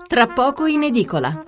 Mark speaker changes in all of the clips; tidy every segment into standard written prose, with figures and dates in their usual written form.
Speaker 1: Tra poco in edicola.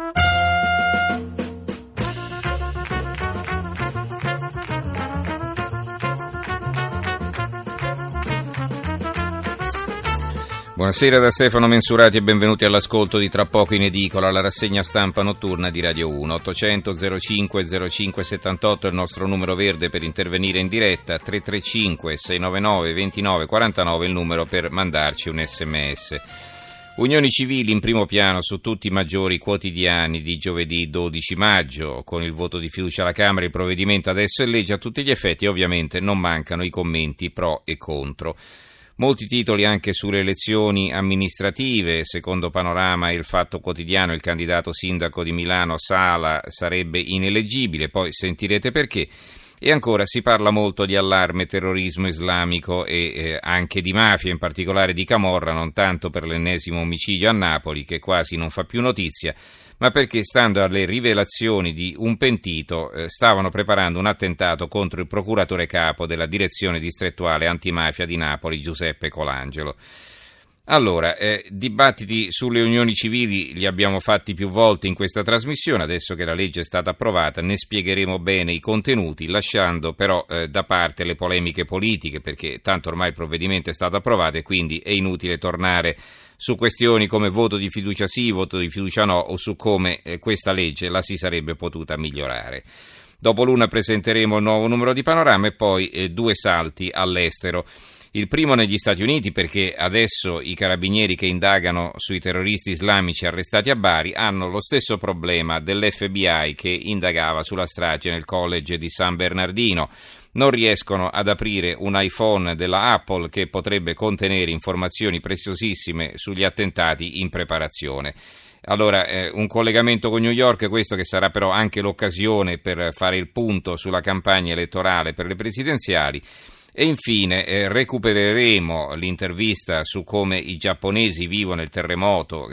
Speaker 2: Buonasera da Stefano Mensurati e benvenuti all'ascolto di Tra poco in edicola, la rassegna stampa notturna di Radio 1. 800 05 05 78 è il nostro numero verde per intervenire in diretta, 335 699 29 49 il numero per mandarci un sms. Unioni civili in primo piano su tutti i maggiori quotidiani di giovedì 12 maggio. Con il voto di fiducia alla Camera il provvedimento adesso è legge a tutti gli effetti e ovviamente non mancano i commenti pro e contro. Molti titoli anche sulle elezioni amministrative. Secondo Panorama e il Fatto Quotidiano il candidato sindaco di Milano Sala sarebbe ineleggibile, poi sentirete perché. E ancora si parla molto di allarme, terrorismo islamico e anche di mafia, in particolare di camorra, non tanto per l'ennesimo omicidio a Napoli che quasi non fa più notizia, ma perché, stando alle rivelazioni di un pentito, stavano preparando un attentato contro il procuratore capo della direzione distrettuale antimafia di Napoli, Giuseppe Colangelo. Allora, dibattiti sulle unioni civili li abbiamo fatti più volte in questa trasmissione, adesso che la legge è stata approvata ne spiegheremo bene i contenuti, lasciando però da parte le polemiche politiche, perché tanto ormai il provvedimento è stato approvato e quindi è inutile tornare su questioni come voto di fiducia sì, voto di fiducia no, o su come questa legge la si sarebbe potuta migliorare. Dopo l'una presenteremo il nuovo numero di Panorama e poi due salti all'estero. Il primo negli Stati Uniti, perché adesso i carabinieri che indagano sui terroristi islamici arrestati a Bari hanno lo stesso problema dell'FBI che indagava sulla strage nel college di San Bernardino. Non riescono ad aprire un iPhone della Apple che potrebbe contenere informazioni preziosissime sugli attentati in preparazione. Allora, un collegamento con New York, questo che sarà però anche l'occasione per fare il punto sulla campagna elettorale per le presidenziali. E infine recupereremo l'intervista su come i giapponesi vivono il terremoto,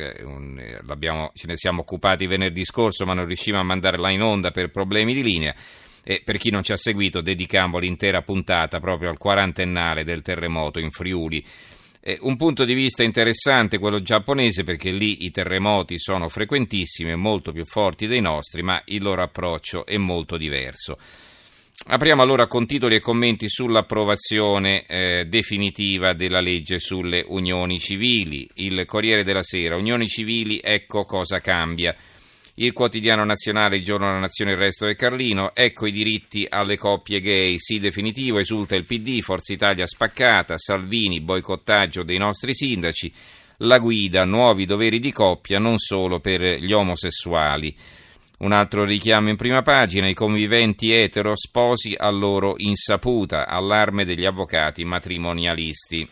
Speaker 2: ce ne siamo occupati venerdì scorso ma non riusciamo a mandarla in onda per problemi di linea, e per chi non ci ha seguito dedicammo l'intera puntata proprio al quarantennale del terremoto in Friuli. Un punto di vista interessante quello giapponese, perché lì i terremoti sono frequentissimi e molto più forti dei nostri, ma il loro approccio è molto diverso. Apriamo allora con titoli e commenti sull'approvazione definitiva della legge sulle unioni civili. Il Corriere della Sera, unioni civili, ecco cosa cambia. Il Quotidiano Nazionale, il Giorno della Nazione, il Resto del Carlino, ecco i diritti alle coppie gay, sì definitivo, esulta il PD, Forza Italia spaccata, Salvini, boicottaggio dei nostri sindaci, la guida, nuovi doveri di coppia, non solo per gli omosessuali. Un altro richiamo in prima pagina, i conviventi etero sposi a loro insaputa, allarme degli avvocati matrimonialisti.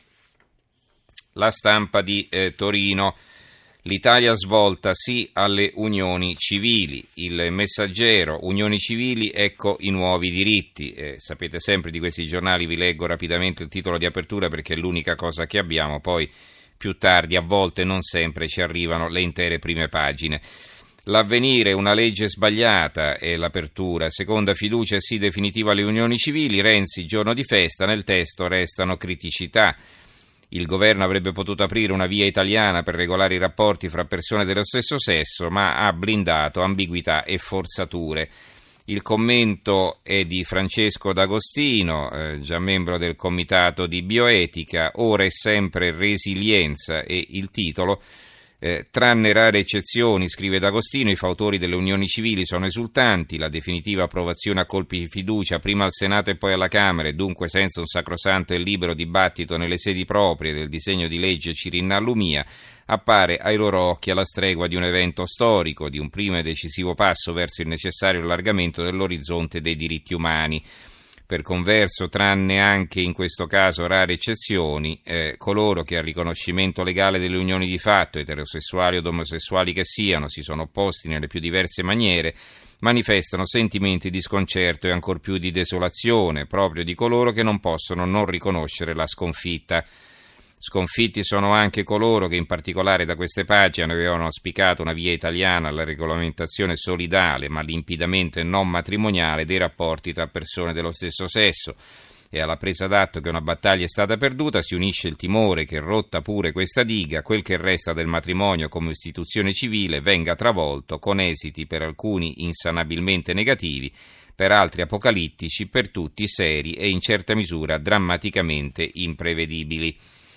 Speaker 2: La Stampa di Torino, l'Italia svolta sì alle unioni civili. Il Messaggero, unioni civili, ecco i nuovi diritti. Sapete sempre di questi giornali, vi leggo rapidamente il titolo di apertura perché è l'unica cosa che abbiamo, poi più tardi a volte non sempre ci arrivano le intere prime pagine. L'Avvenire, una legge sbagliata è l'apertura, seconda fiducia e sì definitiva alle unioni civili, Renzi giorno di festa, nel testo restano criticità. Il governo avrebbe potuto aprire una via italiana per regolare i rapporti fra persone dello stesso sesso, ma ha blindato ambiguità e forzature. Il commento è di Francesco D'Agostino, già membro del comitato di bioetica, ora è sempre resilienza, e il titolo tranne rare eccezioni, scrive D'Agostino, i fautori delle unioni civili sono esultanti, la definitiva approvazione a colpi di fiducia prima al Senato e poi alla Camera e dunque senza un sacrosanto e libero dibattito nelle sedi proprie del disegno di legge Cirinnà-Lumia appare ai loro occhi alla stregua di un evento storico, di un primo e decisivo passo verso il necessario allargamento dell'orizzonte dei diritti umani. Per converso, tranne anche in questo caso rare eccezioni, coloro che al riconoscimento legale delle unioni di fatto, eterosessuali o omosessuali che siano, si sono opposti nelle più diverse maniere, manifestano sentimenti di sconcerto e ancor più di desolazione, proprio di coloro che non possono non riconoscere la sconfitta. Sconfitti sono anche coloro che in particolare da queste pagine avevano auspicato una via italiana alla regolamentazione solidale ma limpidamente non matrimoniale dei rapporti tra persone dello stesso sesso. e alla presa d'atto che una battaglia è stata perduta si unisce il timore che, rotta pure questa diga, quel che resta del matrimonio come istituzione civile venga travolto con esiti per alcuni insanabilmente negativi, per altri apocalittici, per tutti seri e in certa misura drammaticamente imprevedibili.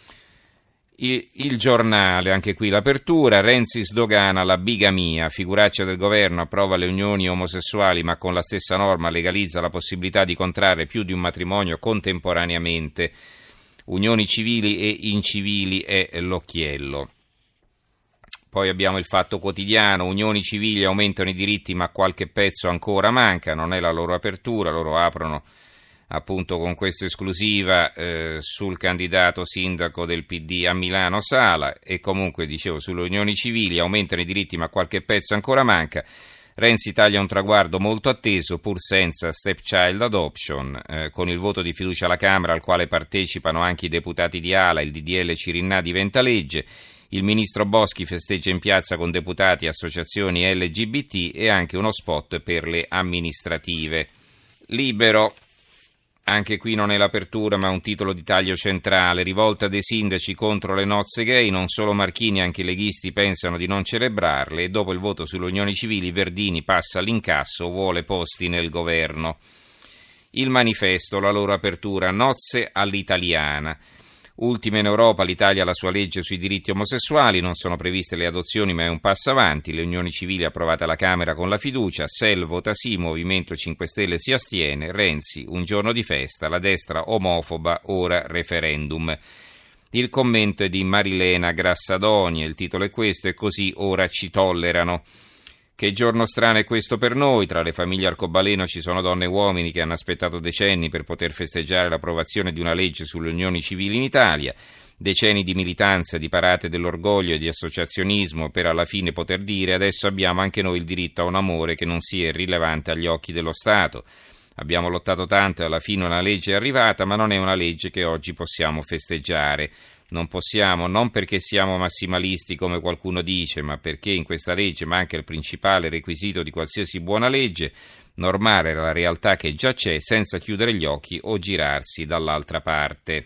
Speaker 2: Il giornale, anche qui l'apertura, Renzi sdogana la bigamia, figuraccia del governo, approva le unioni omosessuali ma con la stessa norma legalizza la possibilità di contrarre più di un matrimonio contemporaneamente, unioni civili e incivili è l'occhiello. Poi abbiamo il Fatto Quotidiano, unioni civili aumentano i diritti ma qualche pezzo ancora manca, non è la loro apertura, loro aprono appunto con questa esclusiva sul candidato sindaco del PD a Milano Sala e comunque dicevo sulle unioni civili aumentano i diritti ma qualche pezzo ancora manca. Renzi taglia un traguardo molto atteso pur senza stepchild adoption, con il voto di fiducia alla Camera al quale partecipano anche i deputati di Ala, il DDL Cirinnà diventa legge. Il ministro Boschi festeggia in piazza con deputati e associazioni LGBT e anche uno spot per le amministrative. Libero. Anche qui non è l'apertura ma un titolo di taglio centrale, rivolta dei sindaci contro le nozze gay, non solo Marchini anche i leghisti pensano di non celebrarle e dopo il voto sulle unioni civili Verdini passa all'incasso, vuole posti nel governo. Il Manifesto, la loro apertura, nozze all'italiana. Ultima in Europa, l'Italia ha la sua legge sui diritti omosessuali, non sono previste le adozioni ma è un passo avanti, le unioni civili approvate alla Camera con la fiducia, SEL vota sì, Movimento 5 Stelle si astiene, Renzi un giorno di festa, la destra omofoba, ora referendum. Il commento è di Marilena Grassadonia, il titolo è questo e così ora ci tollerano. Che giorno strano è questo per noi, tra le famiglie arcobaleno ci sono donne e uomini che hanno aspettato decenni per poter festeggiare l'approvazione di una legge sulle unioni civili in Italia, decenni di militanza, di parate dell'orgoglio e di associazionismo per alla fine poter dire adesso abbiamo anche noi il diritto a un amore che non sia irrilevante agli occhi dello Stato. Abbiamo lottato tanto e alla fine una legge è arrivata, ma non è una legge che oggi possiamo festeggiare. Non possiamo, non perché siamo massimalisti come qualcuno dice, ma perché in questa legge manca il principale requisito di qualsiasi buona legge, normare la realtà che già c'è senza chiudere gli occhi o girarsi dall'altra parte.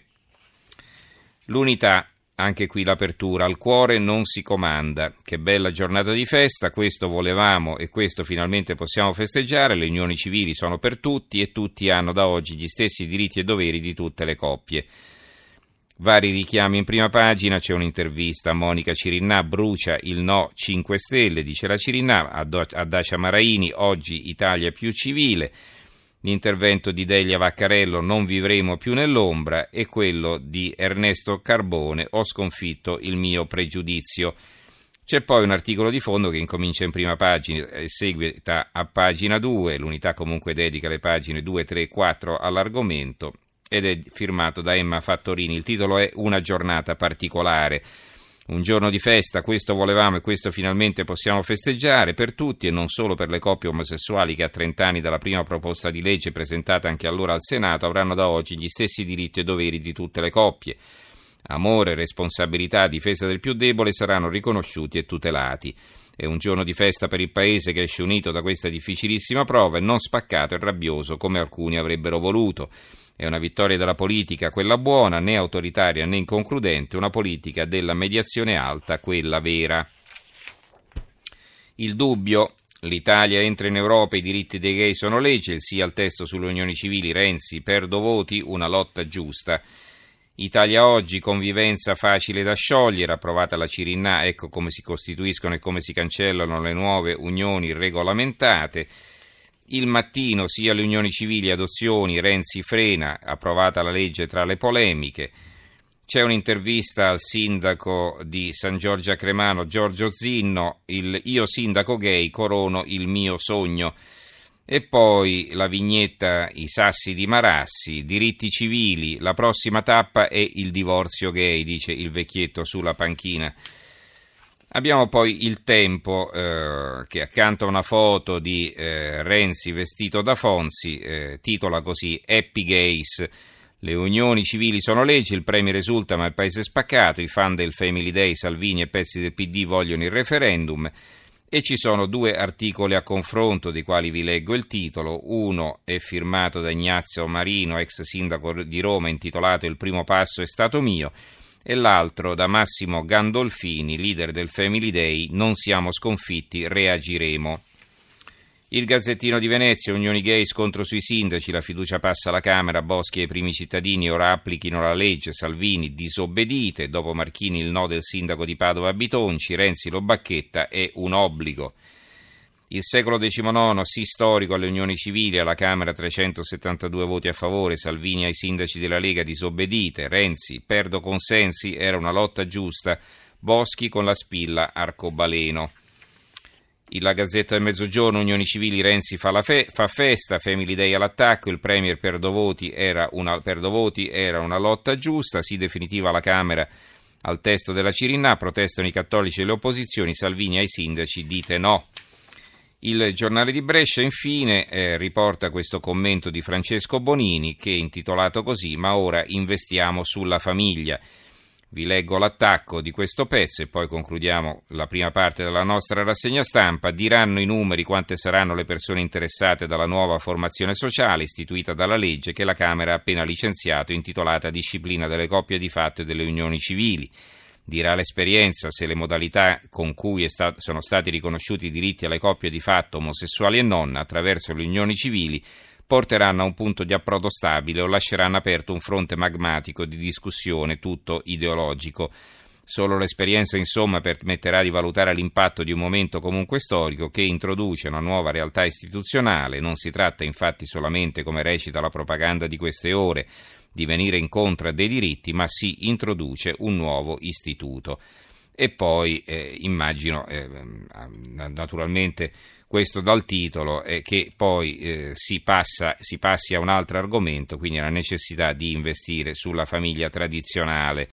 Speaker 2: L'Unità, anche qui l'apertura, al cuore non si comanda. Che bella giornata di festa, questo volevamo e questo finalmente possiamo festeggiare, le unioni civili sono per tutti e tutti hanno da oggi gli stessi diritti e doveri di tutte le coppie. Vari richiami in prima pagina, c'è un'intervista a Monica Cirinnà, brucia il no 5 Stelle, dice la Cirinnà, a Dacia Maraini, oggi Italia più civile, l'intervento di Delia Vaccarello, non vivremo più nell'ombra, e quello di Ernesto Carbone, ho sconfitto il mio pregiudizio. C'è poi un articolo di fondo che incomincia in prima pagina e seguita a pagina 2, l'Unità comunque dedica le pagine 2, 3 e 4 all'argomento, ed è firmato da Emma Fattorini. Il titolo è Una giornata particolare, un giorno di festa, questo volevamo e questo finalmente possiamo festeggiare per tutti e non solo per le coppie omosessuali che a 30 anni dalla prima proposta di legge presentata anche allora al Senato avranno da oggi gli stessi diritti e doveri di tutte le coppie. Amore, responsabilità, difesa del più debole saranno riconosciuti e tutelati. È un giorno di festa per il Paese che esce unito da questa difficilissima prova e non spaccato e rabbioso come alcuni avrebbero voluto. È una vittoria della politica, quella buona, né autoritaria né inconcludente, una politica della mediazione alta, quella vera. Il Dubbio. L'Italia entra in Europa, i diritti dei gay sono legge, il sì al testo sulle unioni civili, Renzi, perdo voti, una lotta giusta. Italia Oggi, convivenza facile da sciogliere, approvata la Cirinnà, ecco come si costituiscono e come si cancellano le nuove unioni regolamentate. Il Mattino, sia le unioni civili, adozioni, Renzi frena, approvata la legge tra le polemiche. C'è un'intervista al sindaco di San Giorgio a Cremano, Giorgio Zinno, io sindaco gay corono il mio sogno. E poi la vignetta I sassi di Marassi, diritti civili, la prossima tappa è il divorzio gay, dice il vecchietto sulla panchina. Abbiamo poi Il Tempo che accanto a una foto di Renzi vestito da Fonzi titola così Happy Gays, le unioni civili sono legge, il premio risulta ma il paese è spaccato, i fan del Family Day, Salvini e pezzi del PD vogliono il referendum. E ci sono due articoli a confronto, dei quali vi leggo il titolo. Uno è firmato da Ignazio Marino, ex sindaco di Roma, intitolato "Il primo passo è stato mio", e l'altro da Massimo Gandolfini, leader del Family Day, "Non siamo sconfitti, reagiremo". Il Gazzettino di Venezia: unioni gay, scontro sui sindaci, la fiducia passa alla Camera, Boschi e i primi cittadini ora applichino la legge, Salvini disobbedite, dopo Marchini il no del sindaco di Padova Bitonci, Renzi lo bacchetta, è un obbligo. Il Secolo XIX, sì storico alle unioni civili, alla Camera 372 voti a favore, Salvini ai sindaci della Lega disobbedite, Renzi perdo consensi, era una lotta giusta, Boschi con la spilla arcobaleno. La Gazzetta del Mezzogiorno: unioni civili, Renzi fa festa, Family Day all'attacco, il Premier perdo voti era una lotta giusta, sì definitiva alla Camera al testo della Cirinnà, protestano i cattolici e le opposizioni, Salvini ai sindaci dite no. Il Giornale di Brescia infine riporta questo commento di Francesco Bonini, che è intitolato così: "Ma ora investiamo sulla famiglia". Vi leggo l'attacco di questo pezzo e poi concludiamo la prima parte della nostra rassegna stampa. Diranno i numeri quante saranno le persone interessate dalla nuova formazione sociale istituita dalla legge che la Camera ha appena licenziato, intitolata "Disciplina delle coppie di fatto e delle unioni civili". Dirà l'esperienza se le modalità con cui sono stati riconosciuti i diritti alle coppie di fatto omosessuali e non attraverso le unioni civili porteranno a un punto di approdo stabile o lasceranno aperto un fronte magmatico di discussione tutto ideologico. Solo l'esperienza, insomma, permetterà di valutare l'impatto di un momento comunque storico che introduce una nuova realtà istituzionale. Non si tratta infatti solamente, come recita la propaganda di queste ore, di venire incontro a dei diritti, ma si introduce un nuovo istituto. E poi immagino, naturalmente, questo dal titolo, che poi si passi a un altro argomento, quindi la necessità di investire sulla famiglia tradizionale.